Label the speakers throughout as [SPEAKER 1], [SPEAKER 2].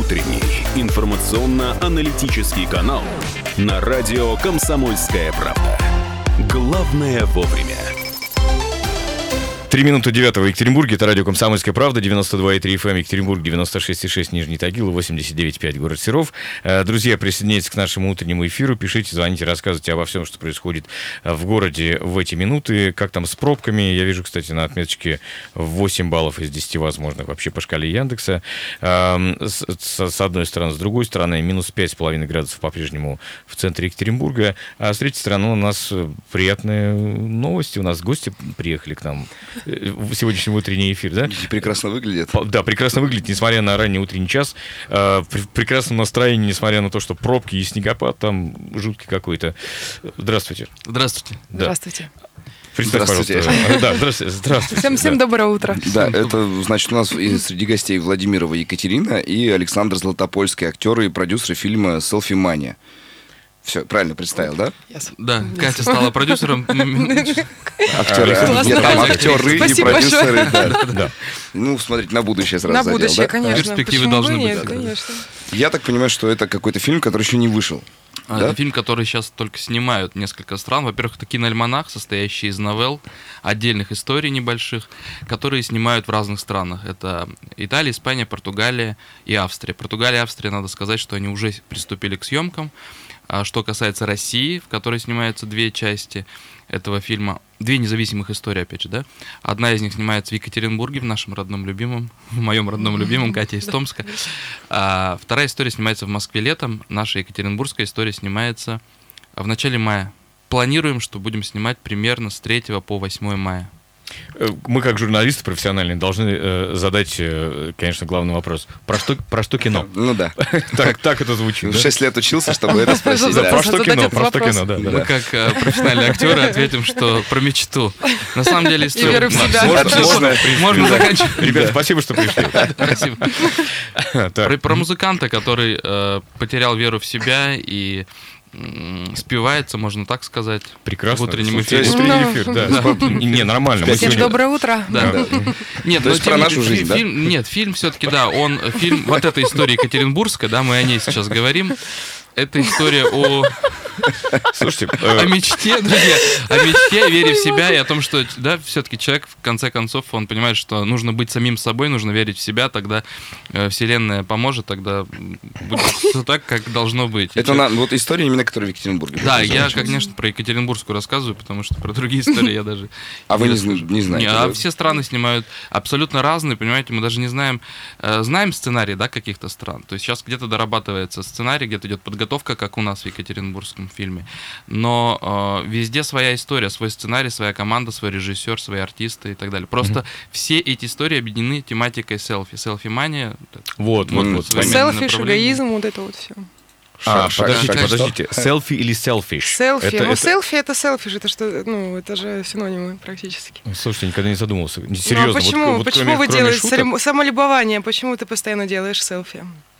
[SPEAKER 1] Утренний информационно-аналитический канал на радио «Комсомольская правда». Главное вовремя.
[SPEAKER 2] 3 минуты 9 в Екатеринбурге. Это радио «Комсомольская правда», 92,3 FM Екатеринбург, 96,6 Нижний Тагил, 89,5 город Серов. Друзья, присоединяйтесь к нашему утреннему эфиру, пишите, звоните, рассказывайте обо всем, что происходит в городе в эти минуты. Как там с пробками? Я вижу, кстати, на отметочке 8 баллов из 10 возможных вообще по шкале Яндекса. С одной стороны. С другой стороны, минус 5,5 градусов по-прежнему в центре Екатеринбурга. А с третьей стороны, у нас приятные новости. У нас гости приехали к нам в сегодняшний утренний эфир, да?
[SPEAKER 3] И прекрасно выглядит.
[SPEAKER 2] Да, прекрасно выглядит, несмотря на ранний утренний час. В прекрасном настроении, несмотря на то, что пробки и снегопад там жуткий какой-то. Здравствуйте.
[SPEAKER 4] Здравствуйте.
[SPEAKER 2] Да.
[SPEAKER 5] Здравствуйте.
[SPEAKER 2] Представь, пожалуйста. Да, здравствуйте.
[SPEAKER 5] Всем доброе утро.
[SPEAKER 3] Да, это, значит, у нас среди гостей Владимирова Екатерина и Александр Златопольский, актеры и продюсеры фильма «Селфи-мания». Все, правильно представил, да?
[SPEAKER 4] Да, Катя стала продюсером.
[SPEAKER 3] Актеры, актеры и продюсеры, да. Ну, смотрите, на будущее сразу
[SPEAKER 5] На
[SPEAKER 3] задел,
[SPEAKER 5] будущее,
[SPEAKER 3] да?
[SPEAKER 5] конечно.
[SPEAKER 4] Перспективы
[SPEAKER 5] Почему
[SPEAKER 4] должны
[SPEAKER 5] бы
[SPEAKER 4] быть,
[SPEAKER 5] нет,
[SPEAKER 4] да.
[SPEAKER 5] конечно.
[SPEAKER 3] Я так понимаю, что это какой-то фильм, который еще не вышел. Да?
[SPEAKER 4] Это фильм, который сейчас только снимают несколько стран. Во-первых, это киноальманах, состоящий из новелл, отдельных историй небольших, которые снимают в разных странах. Это Италия, Испания, Португалия и Австрия. Португалия и Австрия, надо сказать, что они уже приступили к съемкам. А что касается России, в которой снимаются две части этого фильма, две независимых истории, опять же, да? Одна из них снимается в Екатеринбурге, в нашем родном любимом, в моем родном любимом, Катя из Томска. А вторая история снимается в Москве летом. Наша екатеринбургская история снимается в начале мая. Планируем, что будем снимать примерно с 3 по 8 мая.
[SPEAKER 2] Мы, как журналисты профессиональные, должны задать, конечно, главный вопрос. Про что кино?
[SPEAKER 3] Ну да.
[SPEAKER 2] Так это звучит, да?
[SPEAKER 3] 6 лет учился, чтобы это спросить.
[SPEAKER 2] Да,
[SPEAKER 3] да.
[SPEAKER 2] про что кино, да.
[SPEAKER 4] Мы, как профессиональные актеры, ответим, что про мечту. На самом деле история...
[SPEAKER 5] И веру в себя.
[SPEAKER 4] Можно заканчивать.
[SPEAKER 2] Ребята, спасибо, что пришли.
[SPEAKER 4] Спасибо. Про музыканта, который потерял веру в себя и спивается, можно так сказать.
[SPEAKER 2] Прекрасно.
[SPEAKER 4] В утреннем эфире.
[SPEAKER 2] Утренний эфир, да. Не, нормально.
[SPEAKER 5] Всем доброе утро.
[SPEAKER 4] Да. Нет,
[SPEAKER 3] То есть про нашу жизнь, да?
[SPEAKER 4] Нет, фильм все-таки, да, фильм, вот эта история екатеринбургская, да, мы о ней сейчас говорим. Это история
[SPEAKER 2] Слушайте,
[SPEAKER 4] о мечте, друзья, о мечте, вере в себя и о том, что, да, все-таки человек, в конце концов, он понимает, что нужно быть самим собой, нужно верить в себя, тогда Вселенная поможет, тогда будет все так, как должно быть.
[SPEAKER 3] Это вот история именно, которая в Екатеринбурге.
[SPEAKER 4] Да, я, конечно, про Екатеринбургскую рассказываю, потому что про другие истории я даже...
[SPEAKER 3] А вы не знаете?
[SPEAKER 4] А все страны снимают абсолютно разные, понимаете, мы даже не знаем... Знаем сценарий, да, каких-то стран, то есть сейчас где-то дорабатывается сценарий, где-то идет подготовка, как у нас в екатеринбургском фильме. Но везде своя история, свой сценарий, своя команда, свой режиссер, свои артисты и так далее. Просто все эти истории объединены тематикой селфи. Селфи-мания.
[SPEAKER 2] Вот.
[SPEAKER 5] Селфи, эгоизм, вот это вот все.
[SPEAKER 2] Подождите. Селфи или селфиш?
[SPEAKER 5] Селфи. Селфи это селфи же, это что, это же синонимы практически.
[SPEAKER 2] Слушайте, никогда не задумывался. Серьезно.
[SPEAKER 5] Почему? Почему вы делаете самолюбование? Почему ты постоянно делаешь селфи?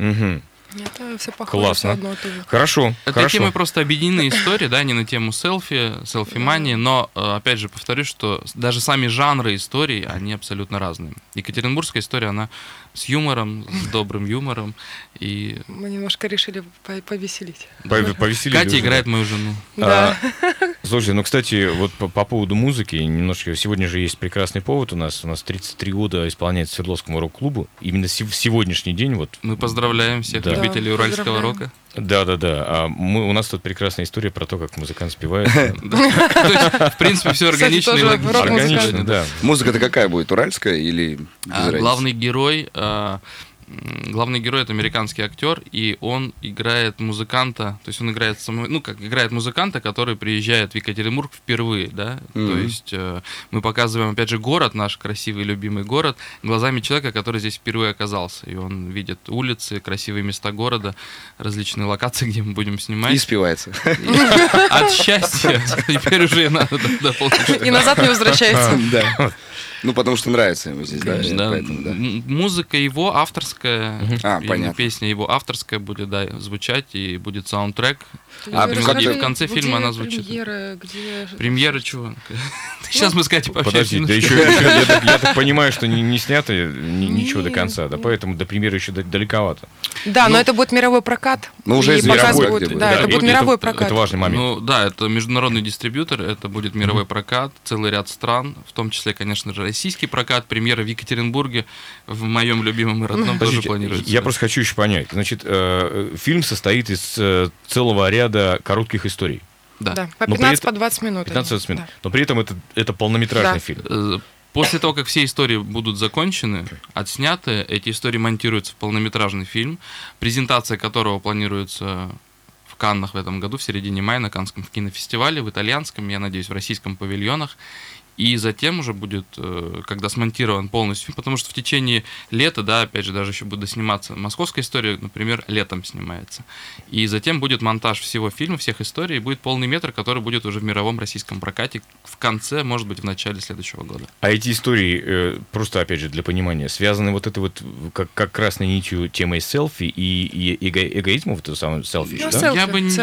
[SPEAKER 5] Это все похоже.
[SPEAKER 2] Классно.
[SPEAKER 5] Одно и то же.
[SPEAKER 2] Хорошо.
[SPEAKER 4] Это темы просто объединенные истории, да, не на тему селфи, селфи-мании, но, опять же, повторюсь, что даже сами жанры историй, они абсолютно разные. Екатеринбургская история, она с юмором, с добрым юмором. И...
[SPEAKER 5] Мы немножко решили повеселить.
[SPEAKER 4] Катя играет мою жену.
[SPEAKER 5] Да.
[SPEAKER 2] Слушайте, кстати, вот по поводу музыки, немножко, сегодня же есть прекрасный повод у нас 33 года исполняется Свердловскому рок-клубу. Именно в сегодняшний день вот...
[SPEAKER 4] Мы поздравляем всех любителей уральского рока.
[SPEAKER 2] Да. У нас тут прекрасная история про то, как музыкант спевает.
[SPEAKER 4] В принципе, все органично и логично.
[SPEAKER 2] Органично, да.
[SPEAKER 3] Музыка-то какая будет, уральская или без разницы?
[SPEAKER 4] Главный герой — это американский актер, и он играет музыканта, то есть он играет играет музыканта, который приезжает в Екатеринбург впервые, да, то есть мы показываем, опять же, город, наш красивый, любимый город, глазами человека, который здесь впервые оказался, и он видит улицы, красивые места города, различные локации, где мы будем снимать.
[SPEAKER 3] И спивается.
[SPEAKER 4] От счастья, теперь уже надо дополнить.
[SPEAKER 5] И назад не возвращается.
[SPEAKER 3] Да. Ну, потому что нравится ему здесь,
[SPEAKER 4] Конечно,
[SPEAKER 3] да?
[SPEAKER 4] да.
[SPEAKER 3] Поэтому, да.
[SPEAKER 4] Музыка его авторская,
[SPEAKER 3] понятно.
[SPEAKER 4] песня его авторская будет, да, звучать, и будет саундтрек.
[SPEAKER 5] Расскажи,
[SPEAKER 4] в конце фильма она звучит. Премьера чего? Сейчас мы сказать по
[SPEAKER 2] Подожди, да еще я так понимаю, что не снято ничего до конца, да, поэтому до премьеры еще далековато.
[SPEAKER 5] Да, но это будет мировой прокат.
[SPEAKER 3] Ну, уже
[SPEAKER 5] мировой, да, это будет мировой прокат.
[SPEAKER 2] Это важный момент.
[SPEAKER 4] Ну, да, это международный дистрибьютор, это будет мировой прокат, целый ряд стран, в том числе, конечно же, российский прокат, премьера в Екатеринбурге, в моем любимом и родном тоже планируется.
[SPEAKER 2] Я просто хочу еще понять. Значит, фильм состоит из целого ряда коротких историй.
[SPEAKER 4] Да.
[SPEAKER 5] По 15-20 минут.
[SPEAKER 2] 15-20 минут. Но при этом это полнометражный фильм.
[SPEAKER 4] После того, как все истории будут закончены, отсняты, эти истории монтируются в полнометражный фильм, презентация которого планируется в Каннах в этом году, в середине мая, на Каннском кинофестивале, в итальянском, я надеюсь, в российском павильонах. И затем уже будет, когда смонтирован полностью, потому что в течение лета, да, опять же, даже еще будет сниматься московская история, например, летом снимается. И затем будет монтаж всего фильма, всех историй, и будет полный метр, который будет уже в мировом российском прокате в конце, может быть, в начале следующего года.
[SPEAKER 2] А эти истории, просто, опять же, для понимания, связаны вот это вот, как красной нитью, темой селфи и эгоизма, вот это самое селфи,
[SPEAKER 5] Ну,
[SPEAKER 2] да?
[SPEAKER 5] селфи.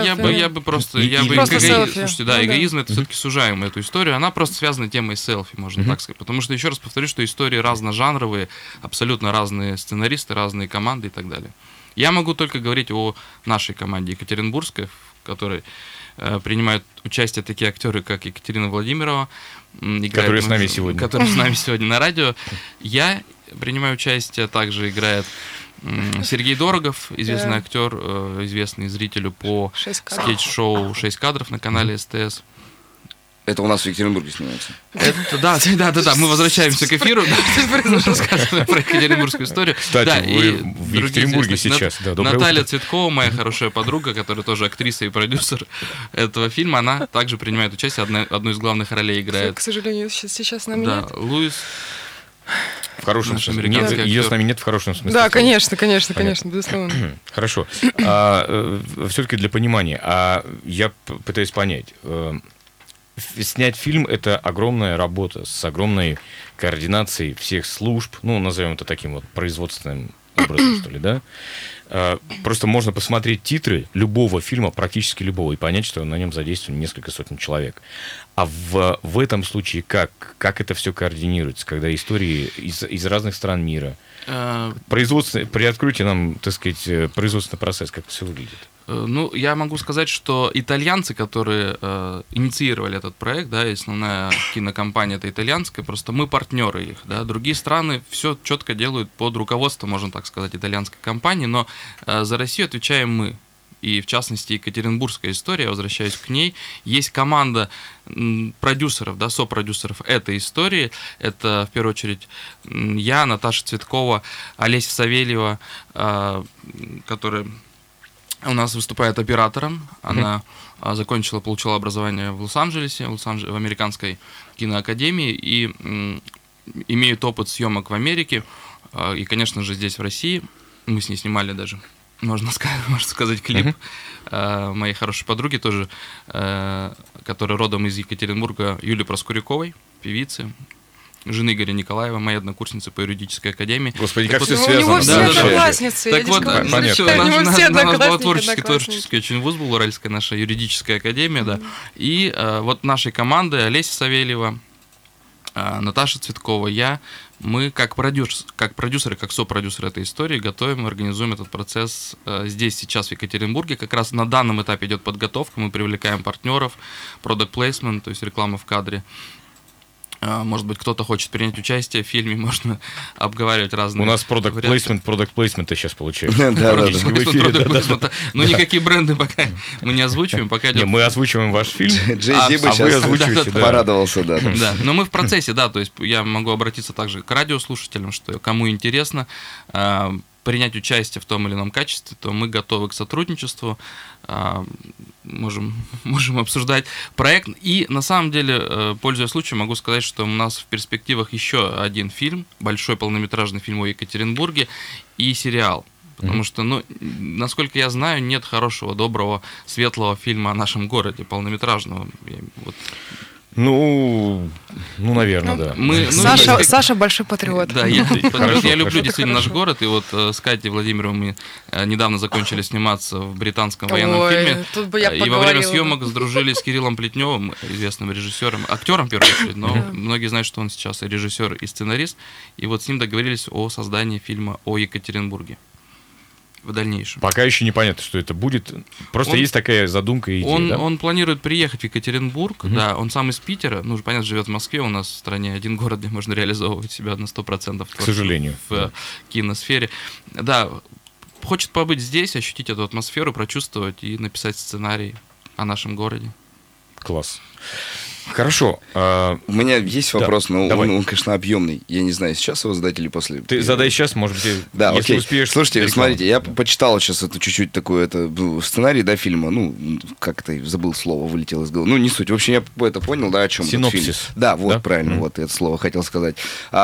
[SPEAKER 4] Я бы просто
[SPEAKER 5] Просто селфи.
[SPEAKER 4] Слушайте, да, эгоизм это все-таки сужаем эту историю, она просто связана темой селфи, можно так сказать. Потому что, еще раз повторю, что истории разножанровые, абсолютно разные сценаристы, разные команды и так далее. Я могу только говорить о нашей команде екатеринбургской, в которой принимают участие такие актеры, как Екатерина Владимирова,
[SPEAKER 2] которые с нами сегодня.
[SPEAKER 4] Которые с нами сегодня на радио. Я принимаю участие, также играет Сергей Дорогов, известный актер, известный зрителю по скетч-шоу «6 кадров» на канале СТС.
[SPEAKER 3] Это у нас в Екатеринбурге снимается.
[SPEAKER 4] Это, да, мы возвращаемся к эфиру, рассказываем про екатеринбургскую историю.
[SPEAKER 2] Кстати, вы в Екатеринбурге сейчас.
[SPEAKER 4] Наталья Цветкова, моя хорошая подруга, которая тоже актриса и продюсер этого фильма, она также принимает участие, одну из главных ролей играет.
[SPEAKER 5] К сожалению, сейчас нам
[SPEAKER 4] да,
[SPEAKER 5] нет.
[SPEAKER 4] Луис.
[SPEAKER 2] В хорошем смысле. Ее с нами нет в хорошем смысле.
[SPEAKER 5] Да, конечно, безусловно.
[SPEAKER 2] Хорошо. Все-таки для понимания, я пытаюсь понять. Снять фильм — это огромная работа с огромной координацией всех служб, ну, назовем это таким вот производственным образом, что ли, да? Просто можно посмотреть титры любого фильма, практически любого, и понять, что на нем задействовано несколько сотен человек. А в этом случае как это все координируется, когда истории из разных стран мира? Приоткройте нам, так сказать, производственный процесс, как это все выглядит.
[SPEAKER 4] Ну, я могу сказать, что итальянцы, которые инициировали этот проект, да, и основная кинокомпания это итальянская, просто мы партнеры их, да, другие страны все четко делают под руководством, можно так сказать, итальянской компании, но за Россию отвечаем мы. И, в частности, екатеринбургская история, я возвращаюсь к ней, есть команда продюсеров, да, сопродюсеров этой истории. Это, в первую очередь, я, Наташа Цветкова, Олеся Савельева, которая у нас выступает оператором. Она получила образование в Лос-Анджелесе, в Американской киноакадемии, и имеет опыт съемок в Америке, и, конечно же, здесь, в России. Мы с ней снимали даже, можно сказать, клип моей хорошей подруги тоже, которая родом из Екатеринбурга, Юлии Проскуряковой, певицы, жены Игоря Николаева, моей однокурсницы по юридической академии.
[SPEAKER 2] Господи, как все
[SPEAKER 5] У
[SPEAKER 2] связано.
[SPEAKER 5] него все одноклассницы.
[SPEAKER 4] Так вот, наш творческий очень вуз был, Уральская наша юридическая академия, да. И вот нашей команды Олеся Савельева, Наташа Цветкова, я, мы как продюсеры, как сопродюсеры этой истории готовим и организуем этот процесс здесь, сейчас, в Екатеринбурге. Как раз на данном этапе идет подготовка, мы привлекаем партнеров, product placement, то есть реклама в кадре. Может быть, кто-то хочет принять участие в фильме, можно обговаривать разные.
[SPEAKER 2] У нас product placement сейчас получается.
[SPEAKER 4] Ну, никакие бренды пока мы не озвучиваем, пока идет.
[SPEAKER 2] Мы озвучиваем ваш фильм.
[SPEAKER 3] Джей-Зи бы сейчас порадовался, да.
[SPEAKER 4] Да, но мы в процессе, да, то есть я могу обратиться также к радиослушателям, что кому интересно принять участие в том или ином качестве, то мы готовы к сотрудничеству, можем обсуждать проект. И на самом деле, пользуясь случаем, могу сказать, что у нас в перспективах еще один фильм, большой полнометражный фильм о Екатеринбурге и сериал. Потому что, насколько я знаю, нет хорошего, доброго, светлого фильма о нашем городе, полнометражного.
[SPEAKER 2] Ну, наверное, да.
[SPEAKER 5] Саша большой патриот.
[SPEAKER 4] Да, я люблю действительно наш город, и вот с Катей Владимировым мы недавно закончили сниматься в британском военном фильме, и во время съемок сдружились с Кириллом Плетневым, известным режиссером, актером в первую очередь, но многие знают, что он сейчас и режиссер, и сценарист, и вот с ним договорились о создании фильма о Екатеринбурге в дальнейшем.
[SPEAKER 2] Пока еще непонятно, что это будет. Просто есть такая задумка и идея, да?
[SPEAKER 4] Он планирует приехать в Екатеринбург, да, он сам из Питера, ну, понятно, живет в Москве, у нас в стране один город, где можно реализовывать себя на 100%.
[SPEAKER 2] К сожалению.
[SPEAKER 4] В киносфере. Да, хочет побыть здесь, ощутить эту атмосферу, прочувствовать и написать сценарий о нашем городе.
[SPEAKER 2] Класс. Хорошо.
[SPEAKER 3] У меня есть вопрос, но он, конечно, объемный. Я не знаю, сейчас его задать или после.
[SPEAKER 2] Ты задай сейчас, может быть,
[SPEAKER 3] да,
[SPEAKER 2] если
[SPEAKER 3] окей.
[SPEAKER 2] успеешь.
[SPEAKER 3] Слушайте, смотрите, я почитал сейчас это чуть-чуть такой сценарий, да, фильма. Ну, как-то забыл слово, вылетело из головы. Ну, не суть. В общем, я это понял, да, о чем этот фильм.
[SPEAKER 2] Синопсис.
[SPEAKER 3] Да, вот, правильно, вот это слово хотел сказать.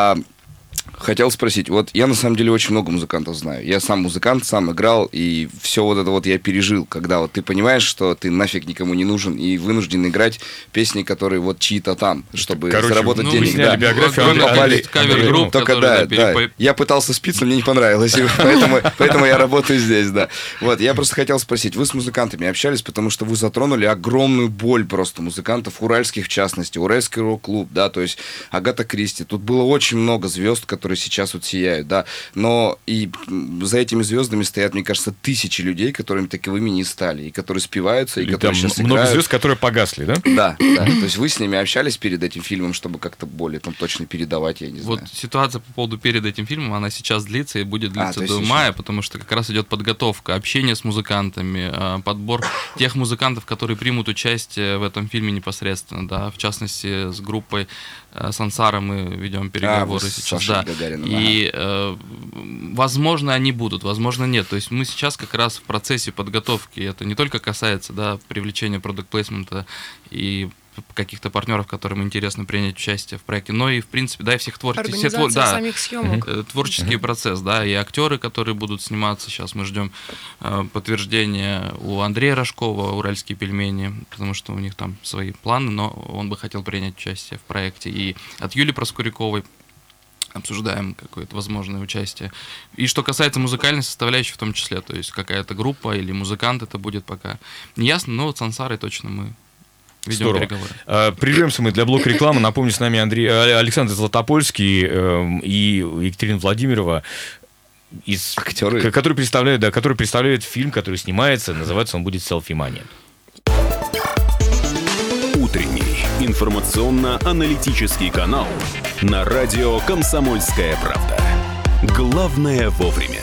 [SPEAKER 3] Хотел спросить, вот я на самом деле очень много музыкантов знаю. Я сам музыкант, сам играл, и все вот это вот я пережил, когда вот ты понимаешь, что ты нафиг никому не нужен, и вынужден играть песни, которые вот чьи-то там, чтобы заработать денег.
[SPEAKER 2] Да.
[SPEAKER 3] Биографию, попали
[SPEAKER 4] кавер-групп,
[SPEAKER 3] только да. Я пытался спиться, мне не понравилось, поэтому я работаю здесь, да. Вот, я просто хотел спросить, вы с музыкантами общались, потому что вы затронули огромную боль просто музыкантов, уральских в частности, Уральский рок-клуб, да, то есть Агата Кристи. Тут было очень много звезд, которые сейчас вот сияют, да, но и за этими звездами стоят, мне кажется, тысячи людей, которыми таковыми не стали, и которые спиваются, и которые сейчас
[SPEAKER 2] много
[SPEAKER 3] играют.
[SPEAKER 2] звезд, которые погасли, да?
[SPEAKER 3] Да. То есть вы с ними общались перед этим фильмом, чтобы как-то более там точно передавать, я не знаю.
[SPEAKER 4] Вот ситуация по поводу перед этим фильмом, она сейчас длится и будет длиться до мая, потому что как раз идет подготовка, общение с музыкантами, подбор тех музыкантов, которые примут участие в этом фильме непосредственно, да, в частности, с группой Сансара мы ведем переговоры сейчас, да. И, возможно, они будут, возможно, нет. То есть мы сейчас как раз в процессе подготовки. Это не только касается, да, привлечения продакт-плейсмента и каких-то партнеров, которым интересно принять участие в проекте, но и, в принципе, да, и всех творческих...
[SPEAKER 5] самих съемок.
[SPEAKER 4] Творческий процесс, да, и актеры, которые будут сниматься. Сейчас мы ждем подтверждения у Андрея Рожкова, «Уральские пельмени», потому что у них там свои планы, но он бы хотел принять участие в проекте. И от Юлии Проскуряковой обсуждаем какое-то возможное участие. И что касается музыкальной составляющей в том числе, то есть какая-то группа или музыкант, это будет пока не ясно, но вот с Сансарой точно мы ведем переговоры.
[SPEAKER 2] Прервемся мы для блока рекламы. Напомню, с нами Александр Златопольский и Екатерина Владимирова, которые представляют фильм, который снимается, называется он будет «Селфи-мания».
[SPEAKER 1] Утренний информационно-аналитический канал на радио «Комсомольская правда». Главное вовремя.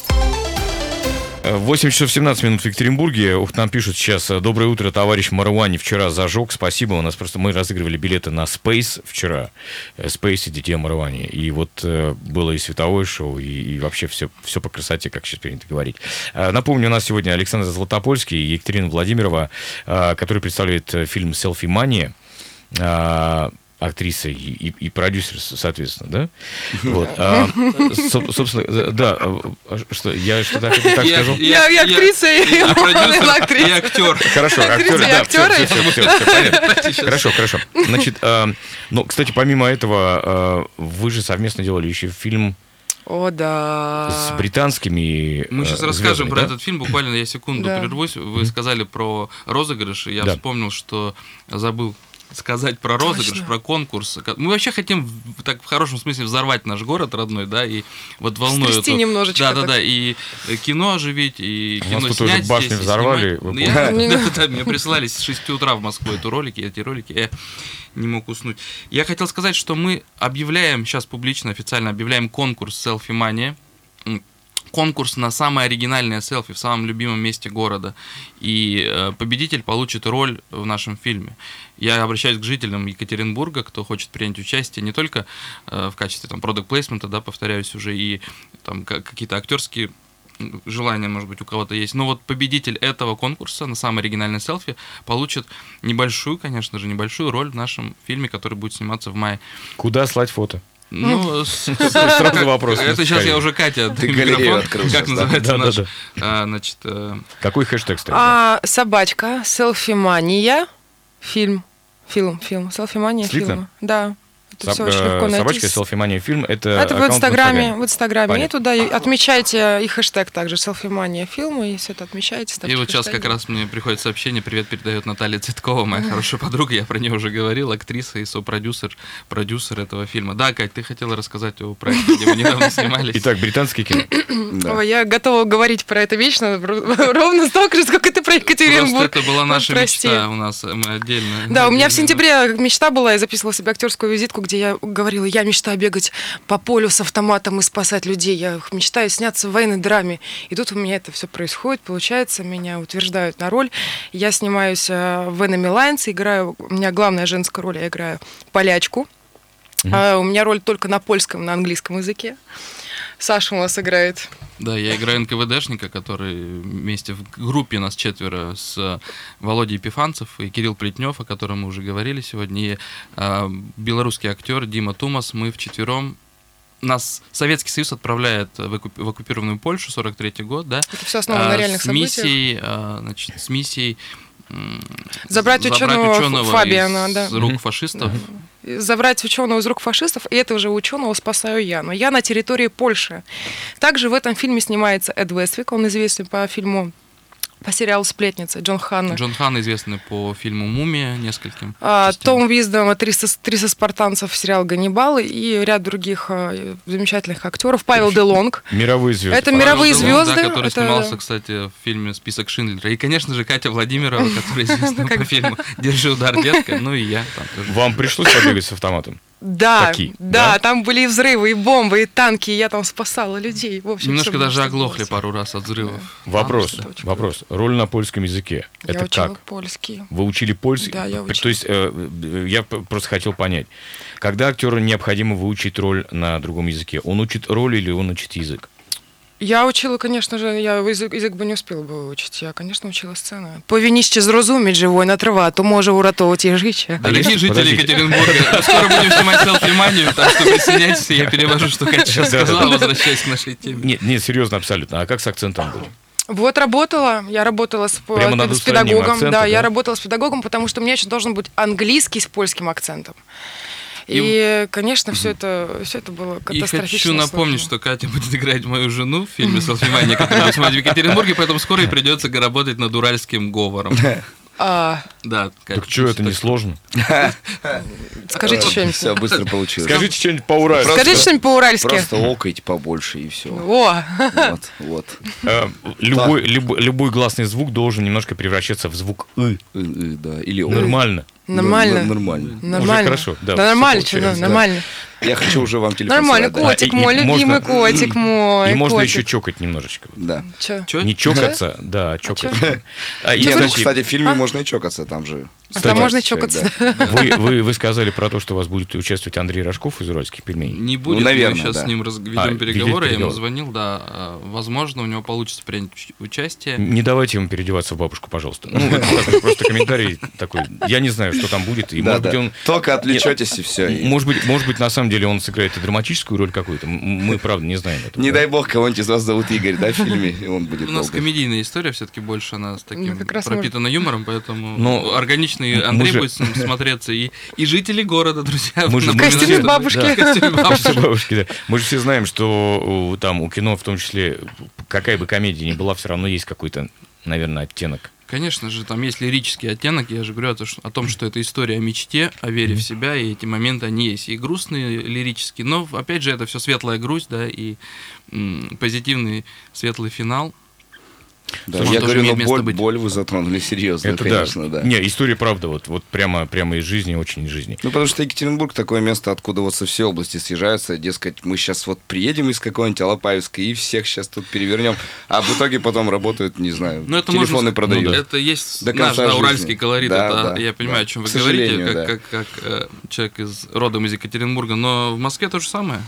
[SPEAKER 2] 8 часов 17 минут в Екатеринбурге. Нам пишут сейчас: доброе утро, товарищ Маруани вчера зажег. Спасибо. У нас просто мы разыгрывали билеты на Space вчера. Space и Дитя Маруани. И вот было и световое шоу, и вообще все по красоте, как сейчас принято говорить. Напомню, у нас сегодня Александр Златопольский и Екатерина Владимирова, которые представляют фильм «Селфи-мания». Актриса и продюсер, соответственно, да? Вот. Собственно, да, что, я что-то так сказал?
[SPEAKER 5] Я актриса, и
[SPEAKER 4] продюсер, и актер.
[SPEAKER 2] Хорошо, актер, да, все понятно. Хорошо. Значит, ну, кстати, помимо этого, вы же совместно делали еще фильм.
[SPEAKER 5] О, да.
[SPEAKER 2] С британскими
[SPEAKER 4] Мы сейчас расскажем про этот фильм, буквально я секунду прервусь. Вы сказали про розыгрыш, и я вспомнил, что забыл сказать про розыгрыш, про конкурс. Мы вообще хотим так в хорошем смысле взорвать наш город родной, да, и вот волну эту.
[SPEAKER 5] Стрясти немножечко.
[SPEAKER 4] Да, и кино оживить, и кино снять.
[SPEAKER 2] У нас тут уже башню взорвали.
[SPEAKER 4] Да, мне прислали с 6 утра в Москву эти ролики, я не мог уснуть. Я хотел сказать, что мы объявляем, сейчас публично, официально объявляем конкурс «Селфи-мания». Конкурс на самое оригинальное селфи в самом любимом месте города. И победитель получит роль в нашем фильме. Я обращаюсь к жителям Екатеринбурга, кто хочет принять участие не только в качестве продакт-плейсмента, да, повторяюсь уже, и там какие-то актерские желания, может быть, у кого-то есть. Но вот победитель этого конкурса на самое оригинальное селфи получит небольшую роль в нашем фильме, который будет сниматься в мае.
[SPEAKER 2] Куда слать фото?
[SPEAKER 4] Ну,
[SPEAKER 2] сразу вопрос.
[SPEAKER 4] Это сейчас я уже Катя.
[SPEAKER 3] Ты галерею открыл.
[SPEAKER 4] Как называется наш, значит...
[SPEAKER 2] Какой хэштег стоит?
[SPEAKER 5] Собачка, селфи-мания, фильм. Фильм. Селфи-мания фильма. Да. Это все очень легко найти.
[SPEAKER 2] Собачка селфи-мания фильм. Это
[SPEAKER 5] в Инстаграме.
[SPEAKER 2] Понятно.
[SPEAKER 5] И туда отмечайте и хэштег также селфи-мания фильм, и все это отмечаете.
[SPEAKER 4] И вот сейчас как раз мне приходит сообщение, привет передает Наталья Цветкова, моя хорошая подруга, я про нее уже говорил, актриса и сопродюсер этого фильма. Да, Кать, ты хотела рассказать о проекте, где вы недавно снимались.
[SPEAKER 2] Итак, британский кино.
[SPEAKER 5] Ой, я готова говорить про это вечно, ровно столько же, сколько ты про Екатеринбург.
[SPEAKER 4] Просто это была наша мечта у нас, мы отдельно.
[SPEAKER 5] Да, у меня в сентябре мечта была, я записывала себе актерскую визитку, где я говорила, я мечтаю бегать по полю с автоматом и спасать людей, я мечтаю сняться в военной драме. И тут у меня это все происходит, получается, меня утверждают на роль. Я снимаюсь в Enemy Lines, играю, у меня главная женская роль, я играю полячку. У меня роль только на польском, на английском языке. Саша у нас играет.
[SPEAKER 4] Да, я играю НКВДшника, который вместе в группе нас 4 с Володей Епифанцев и Кирилл Плетнев, о котором мы уже говорили сегодня, и белорусский актер Дима Тумас. Мы вчетвером. Нас Советский Союз отправляет в оккупированную Польшу, 43-й год, да?
[SPEAKER 5] Это все основано на реальных событиях.
[SPEAKER 4] С миссией
[SPEAKER 5] забрать ученого Фабиана,
[SPEAKER 4] из рук фашистов.
[SPEAKER 5] Забрать ученого из рук фашистов, и этого же ученого спасаю я. Но я на территории Польши. Также в этом фильме снимается Эд Вествик, он известен по сериалу «Сплетница», Джон Ханна.
[SPEAKER 4] Джон Ханна известный по фильму «Мумия» нескольким.
[SPEAKER 5] Том Уиздом, 300 спартанцев, сериал «Ганнибал», и ряд других замечательных актеров. Павел де Лонг.
[SPEAKER 2] Мировые звезды.
[SPEAKER 5] Это мировые звезды.
[SPEAKER 4] Да, который снимался, кстати, в фильме «Список Шиндлера». И, конечно же, Катя Владимирова, которая известна по фильму «Держи удар, детка». Ну и я там тоже.
[SPEAKER 2] Вам пришлось побегать с автоматом?
[SPEAKER 5] Да, там были и взрывы, и бомбы, и танки, и я там спасала людей. В общем,
[SPEAKER 4] немножко даже оглохли пару раз от взрывов.
[SPEAKER 2] Вопрос. Роль на польском языке.
[SPEAKER 5] Я
[SPEAKER 2] это
[SPEAKER 5] учила
[SPEAKER 2] как?
[SPEAKER 5] польский.
[SPEAKER 2] Вы учили польский?
[SPEAKER 5] Да, я учила.
[SPEAKER 2] То есть я просто хотел понять, когда актеру необходимо выучить роль на другом языке, он учит роль или он учит язык?
[SPEAKER 5] Я учила, конечно же, я язик би не успіла би вивчити. Я, конечно, учила сцену. Повинні ще зрозуміти живой на трава, то може урятовувати і життя.
[SPEAKER 4] Дорогие жители Екатеринбурга, скоро будем снимать селфи-манию, так что присоединяйтесь, я перевожу, что Катя сейчас сказала, возвращаясь к нашей теме.
[SPEAKER 2] Нет, серьезно, абсолютно. А как с акцентом было?
[SPEAKER 5] Вот я работала с педагогом. Да, я работала с педагогом, потому что у меня еще должен быть английский с польским акцентом. И, конечно, все это было катастрофично.
[SPEAKER 4] И хочу напомнить, что Катя будет играть мою жену в фильме «Селфи-мания», который будет смотреть в Екатеринбурге, поэтому скоро ей придется работать над уральским говором. Да,
[SPEAKER 2] Катя. Так что, это не сложно?
[SPEAKER 5] Скажите что-нибудь.
[SPEAKER 3] Все, быстро получилось.
[SPEAKER 2] Скажите что-нибудь по-уральски.
[SPEAKER 5] Скажите что-нибудь по-уральски.
[SPEAKER 3] Просто локайте побольше, и все.
[SPEAKER 5] О!
[SPEAKER 3] Вот.
[SPEAKER 2] Любой гласный звук должен немножко превращаться в звук «ы».
[SPEAKER 3] Да, или «о».
[SPEAKER 2] Нормально.
[SPEAKER 5] Нормально.
[SPEAKER 2] Уже хорошо.
[SPEAKER 5] Да, нормально, нормально.
[SPEAKER 3] Я хочу уже вам телефон
[SPEAKER 5] нормально,
[SPEAKER 3] сказать,
[SPEAKER 5] котик мой, любимый котик мой.
[SPEAKER 2] И можно еще чокать немножечко.
[SPEAKER 3] Да.
[SPEAKER 2] Не чокаться, да, чокать.
[SPEAKER 3] Кстати, в фильме можно и чокаться, там же.
[SPEAKER 5] Там можно и чокаться.
[SPEAKER 2] Вы сказали про то, что у вас будет участвовать Андрей Рожков из «Уральских пельменей».
[SPEAKER 4] Не будет, мы сейчас с ним ведем переговоры, я ему звонил, да. Возможно, у него получится принять участие.
[SPEAKER 2] Не давайте ему переодеваться в бабушку, пожалуйста. Просто комментарий такой. Я не знаю, что там будет.
[SPEAKER 3] Только отвлечетесь, и все.
[SPEAKER 2] Может быть, на самом деле он сыграет и драматическую роль какую-то. Мы, правда, не знаем этого.
[SPEAKER 3] Не дай бог, кого-нибудь из вас зовут Игорь, да, в фильме, и он будет.
[SPEAKER 4] У нас комедийная история все-таки больше, она с таким пропитана юмором, поэтому органичный Андрей будет смотреться, и жители города, друзья.
[SPEAKER 5] В костюме бабушки.
[SPEAKER 2] Мы же все знаем, что там у кино, в том числе, какая бы комедия ни была, все равно есть какой-то, наверное, оттенок.
[SPEAKER 4] Конечно же, там есть лирический оттенок, я же говорю о том, что это история о мечте, о вере в себя, и эти моменты, они есть и грустные, лирические, но, опять же, это все светлая грусть, да, и позитивный светлый финал.
[SPEAKER 3] Да, я говорю, но боль вы затронули серьезно, это конечно, да.
[SPEAKER 2] Не, история, правда, вот прямо из жизни, очень из жизни.
[SPEAKER 3] Ну, потому что Екатеринбург такое место, откуда вот со всей области съезжаются, дескать, мы сейчас вот приедем из какого-нибудь Алапаевска и всех сейчас тут перевернем, а в итоге потом работают, не знаю, телефоны продают.
[SPEAKER 4] Это есть наш уральский колорит, я понимаю, о чем вы говорите, как человек родом из Екатеринбурга, но в Москве то же самое.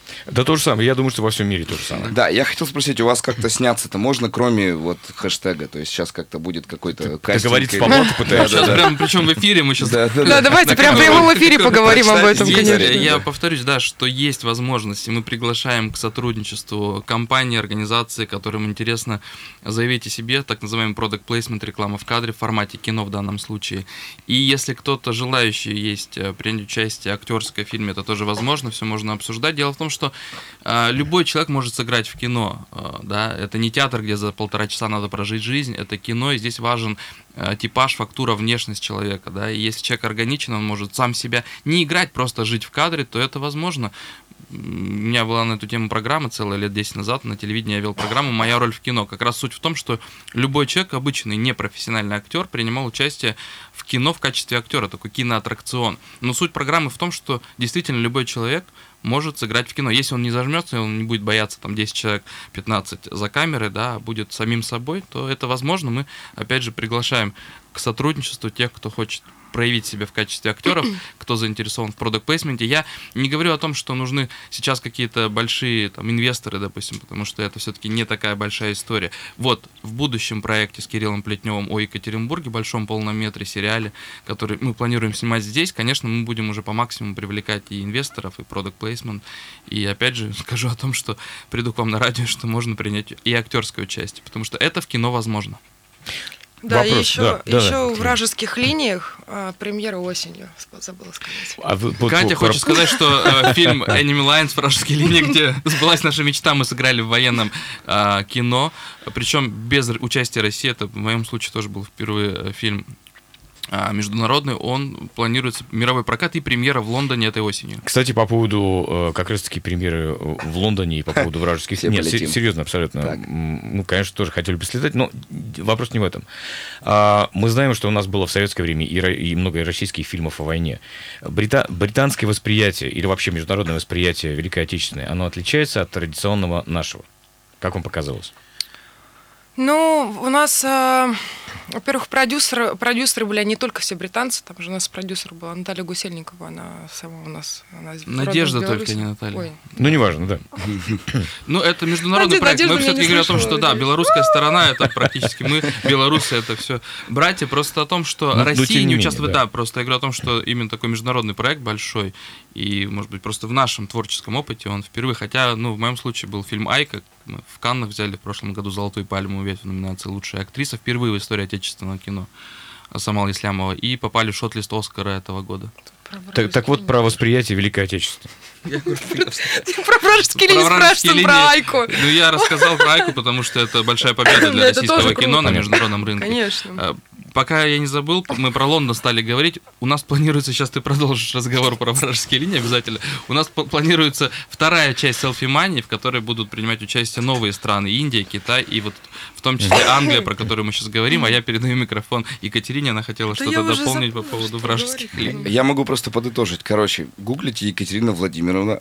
[SPEAKER 2] Да то же самое. Я думаю, что во всем мире то же самое.
[SPEAKER 3] Да, я хотел спросить, у вас как-то сняться-то можно, кроме вот хэштега? То есть сейчас как-то будет какой-то кастинг?
[SPEAKER 2] Говорить
[SPEAKER 3] или-
[SPEAKER 2] по блату пытаешься.
[SPEAKER 4] Сейчас прям, причем в эфире мы сейчас...
[SPEAKER 3] Да,
[SPEAKER 5] Да, давайте прям в прямом эфире поговорим об этом,
[SPEAKER 3] Есть,
[SPEAKER 5] конечно.
[SPEAKER 4] Я повторюсь, да, что есть возможности. Мы приглашаем к сотрудничеству компании, организации, которым интересно заявить о себе, так называемый product placement, реклама в кадре, в формате кино в данном случае. И если кто-то желающий есть принять участие актерское в фильме, это тоже возможно, все можно обсуждать. Дело в том, что любой человек может сыграть в кино, да, это не театр, где за 1,5 часа надо прожить жизнь, это кино, и здесь важен типаж, фактура, внешность человека, да, и если человек органичен, он может сам себя не играть, просто жить в кадре, то это возможно. У меня была на эту тему программа целая лет 10 назад, на телевидении я вел программу «Моя роль в кино». Как раз суть в том, что любой человек, обычный непрофессиональный актер, принимал участие в кино в качестве актера, такой киноаттракцион. Но суть программы в том, что действительно любой человек может сыграть в кино. Если он не зажмется, он не будет бояться там 10 человек, 15 за камерой, да, а будет самим собой, то это возможно. Мы, опять же, приглашаем к сотрудничеству тех, кто хочет проявить себя в качестве актеров, кто заинтересован в продакт-плейсменте. Я не говорю о том, что нужны сейчас какие-то большие там, инвесторы, допустим, потому что это все-таки не такая большая история. Вот в будущем проекте с Кириллом Плетневым о Екатеринбурге, большом полном метре сериале, который мы планируем снимать здесь, конечно, мы будем уже по максимуму привлекать и инвесторов, и продакт-плейсмент. И опять же скажу о том, что приду к вам на радио, что можно принять и актерское участие, потому что это в кино возможно.
[SPEAKER 5] Да, и
[SPEAKER 2] Вопрос,
[SPEAKER 5] еще,
[SPEAKER 2] да,
[SPEAKER 5] еще
[SPEAKER 2] да.
[SPEAKER 5] в «Вражеских линиях» премьера осенью, забыла сказать.
[SPEAKER 2] Катя
[SPEAKER 4] Катя хочет сказать, что фильм Enemy Lines «Вражеские линии», где сбылась наша мечта, мы сыграли в военном кино, причем без участия России, это в моем случае тоже был впервые фильм международный, он планируется мировой прокат и премьера в Лондоне этой осенью.
[SPEAKER 2] Кстати, по поводу как раз-таки премьеры в Лондоне и по поводу вражеских...
[SPEAKER 3] Все
[SPEAKER 2] Нет,
[SPEAKER 3] полетим.
[SPEAKER 2] серьезно, абсолютно.
[SPEAKER 3] Так.
[SPEAKER 2] Мы, конечно, тоже хотели бы слетать, но вопрос не в этом. Мы знаем, что у нас было в советское время и много российских фильмов о войне. Британское восприятие или вообще международное восприятие Великой Отечественной, оно отличается от традиционного нашего? Как вам показалось?
[SPEAKER 5] Ну, у нас, во-первых, продюсеры были не только все британцы, там же у нас продюсер была Наталья Гусельникова, она сама у нас... Она
[SPEAKER 4] Надежда
[SPEAKER 5] родом из
[SPEAKER 4] только,
[SPEAKER 5] Беларуси.
[SPEAKER 4] не Наталья.
[SPEAKER 5] Ой.
[SPEAKER 2] Ну, неважно, да.
[SPEAKER 4] Ну, это международный проект.
[SPEAKER 5] Надежда
[SPEAKER 4] Мы
[SPEAKER 5] меня
[SPEAKER 4] все-таки
[SPEAKER 5] не
[SPEAKER 4] говорим о том,
[SPEAKER 5] слышала,
[SPEAKER 4] что да,
[SPEAKER 5] да.
[SPEAKER 4] белорусская сторона, это практически мы, белорусы, это все братья. Просто о том, что
[SPEAKER 2] Но
[SPEAKER 4] Россия
[SPEAKER 2] тем не
[SPEAKER 4] не
[SPEAKER 2] менее,
[SPEAKER 4] участвует.
[SPEAKER 2] да.
[SPEAKER 4] Да, просто я говорю о том, что именно такой международный проект большой. И, может быть, просто в нашем творческом опыте он впервые. Хотя, ну, в моем случае был фильм «Айка». Мы в Каннах взяли в прошлом году «Золотую пальму» ветвь в номинации «Лучшая актриса». Впервые в истории отечественного кино Самал Ислямова. И попали в шорт-лист «Оскара» этого года.
[SPEAKER 2] Так вот, про восприятие Великой Отечественной.
[SPEAKER 5] Про «Вражеские линии»
[SPEAKER 4] Про «Вражеские
[SPEAKER 5] спрашиваем,
[SPEAKER 4] линии».
[SPEAKER 5] про Айку.
[SPEAKER 4] Ну, я рассказал про «Айку», потому что это большая победа
[SPEAKER 5] Да,
[SPEAKER 4] для
[SPEAKER 5] это
[SPEAKER 4] российского
[SPEAKER 5] тоже
[SPEAKER 4] кино
[SPEAKER 5] круто.
[SPEAKER 4] на международном рынке.
[SPEAKER 5] Конечно.
[SPEAKER 4] Пока я не забыл, мы про Лондон стали говорить. У нас планируется, сейчас ты продолжишь разговор про «Вражеские линии» обязательно. У нас планируется вторая часть «Селфи-мании», в которой будут принимать участие новые страны: Индия, Китай и вот в том числе Англия, про которую мы сейчас говорим. А я передаю микрофон Екатерине, она хотела
[SPEAKER 5] Да
[SPEAKER 4] что-то
[SPEAKER 5] я уже
[SPEAKER 4] дополнить по
[SPEAKER 5] забыла,
[SPEAKER 4] поводу
[SPEAKER 5] что
[SPEAKER 4] «Вражеских
[SPEAKER 5] говорить.
[SPEAKER 4] линий».
[SPEAKER 3] Я могу просто подытожить. Короче, гуглите Екатерина Владимировна.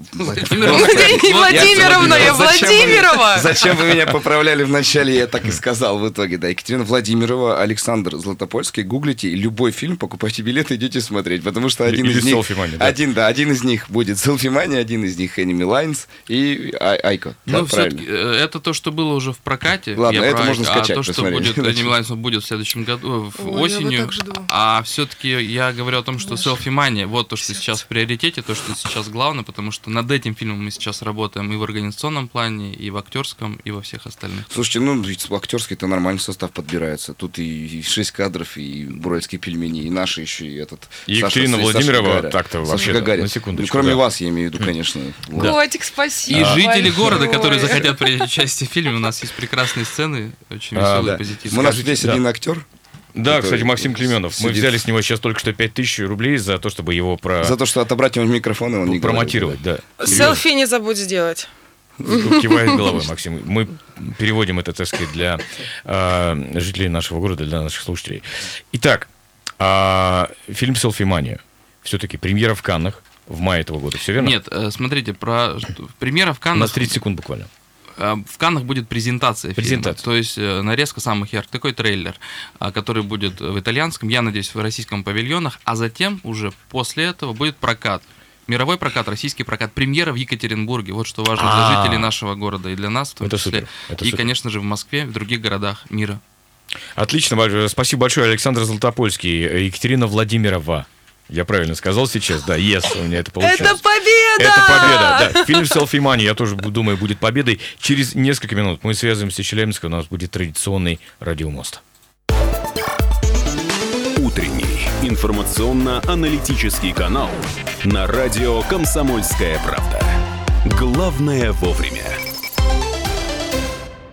[SPEAKER 5] Владимировна, я Владимирова!
[SPEAKER 3] Зачем вы меня поправляли вначале, я так и сказал в итоге. Да, Екатерина Владимирова, Александр Златопольский. Гуглите, и любой фильм, покупайте билеты, идите смотреть. Потому что один
[SPEAKER 2] Или
[SPEAKER 3] из них...
[SPEAKER 2] «Селфи-мания», да.
[SPEAKER 3] Один из них будет «Селфи-мания», один из них «Enemy Lines» и «Айко». Да,
[SPEAKER 4] Ну,
[SPEAKER 3] правильно.
[SPEAKER 4] все-таки это то, что было уже в прокате.
[SPEAKER 3] Ладно,
[SPEAKER 4] я
[SPEAKER 3] это
[SPEAKER 4] про
[SPEAKER 3] можно
[SPEAKER 4] Айко.
[SPEAKER 3] скачать,
[SPEAKER 4] А то, что
[SPEAKER 3] посмотреть.
[SPEAKER 4] будет Enemy Lines, будет в следующем году,
[SPEAKER 5] Ой, я
[SPEAKER 4] осенью.
[SPEAKER 5] вот так жду.
[SPEAKER 4] А все-таки я говорю о том, что селфи-мания, вот то, что сейчас в приоритете, то, что сейчас главное, потому что над этим фильмом мы сейчас работаем и в организационном плане, и в актерском, и во всех остальных.
[SPEAKER 3] Слушайте, ну, ведь актерский-то нормальный состав подбирается. Тут и 6 кадров, и «Буральские пельмени», и наши еще, и этот...
[SPEAKER 2] И Екатерина Владимирова так-то
[SPEAKER 3] Саша
[SPEAKER 2] вообще,
[SPEAKER 3] Гагарин.
[SPEAKER 2] на секундочку,
[SPEAKER 3] Ну, кроме
[SPEAKER 2] да.
[SPEAKER 3] вас, я имею в виду, конечно. Вот.
[SPEAKER 5] Котик, спасибо.
[SPEAKER 4] И жители
[SPEAKER 5] большое.
[SPEAKER 4] города, которые захотят принять участие в фильме, у нас есть прекрасные сцены, очень веселые,
[SPEAKER 3] Да.
[SPEAKER 4] позитивные.
[SPEAKER 3] У нас
[SPEAKER 2] Скажите,
[SPEAKER 3] здесь
[SPEAKER 2] да.
[SPEAKER 3] один актер.
[SPEAKER 2] Да,
[SPEAKER 3] который
[SPEAKER 2] кстати, Максим Клеменов. Мы
[SPEAKER 3] сидит.
[SPEAKER 2] взяли с него сейчас только что 5000 рублей за то, чтобы его
[SPEAKER 3] За то, что отобрать у него микрофон, и он не
[SPEAKER 2] промотировать. Да.
[SPEAKER 5] Селфи не забудь сделать.
[SPEAKER 2] Кивает головой, Максим. Мы переводим это, так сказать, для жителей нашего города, для наших слушателей. Итак, фильм «Селфи-мания». Все-таки премьера в Каннах в мае этого года. Все верно?
[SPEAKER 4] Нет, смотрите, премьера в
[SPEAKER 2] У
[SPEAKER 4] Каннах...
[SPEAKER 2] нас 30 секунд буквально.
[SPEAKER 4] В Каннах будет презентация фильма, то есть нарезка самых ярких, такой трейлер, который будет в итальянском, я надеюсь, в российском павильонах, а затем уже после этого будет прокат мировой прокат, российский прокат, премьера в Екатеринбурге. Вот что важно для жителей нашего города и для нас в том
[SPEAKER 2] Это
[SPEAKER 4] числе.
[SPEAKER 2] супер, это
[SPEAKER 4] И,
[SPEAKER 2] супер.
[SPEAKER 4] конечно же, в Москве, в других городах мира.
[SPEAKER 2] Отлично, спасибо большое, Александр Золотопольский, Екатерина Владимирова. Я правильно сказал сейчас, да, yes, у меня это получилось.
[SPEAKER 5] Это победа!
[SPEAKER 2] Это победа, да. Фильм «Selfie Money», я тоже думаю, будет победой. Через несколько минут мы связываемся с Челябинском, у нас будет традиционный радиомост.
[SPEAKER 1] Утренний информационно-аналитический канал на радио «Комсомольская правда». Главное вовремя.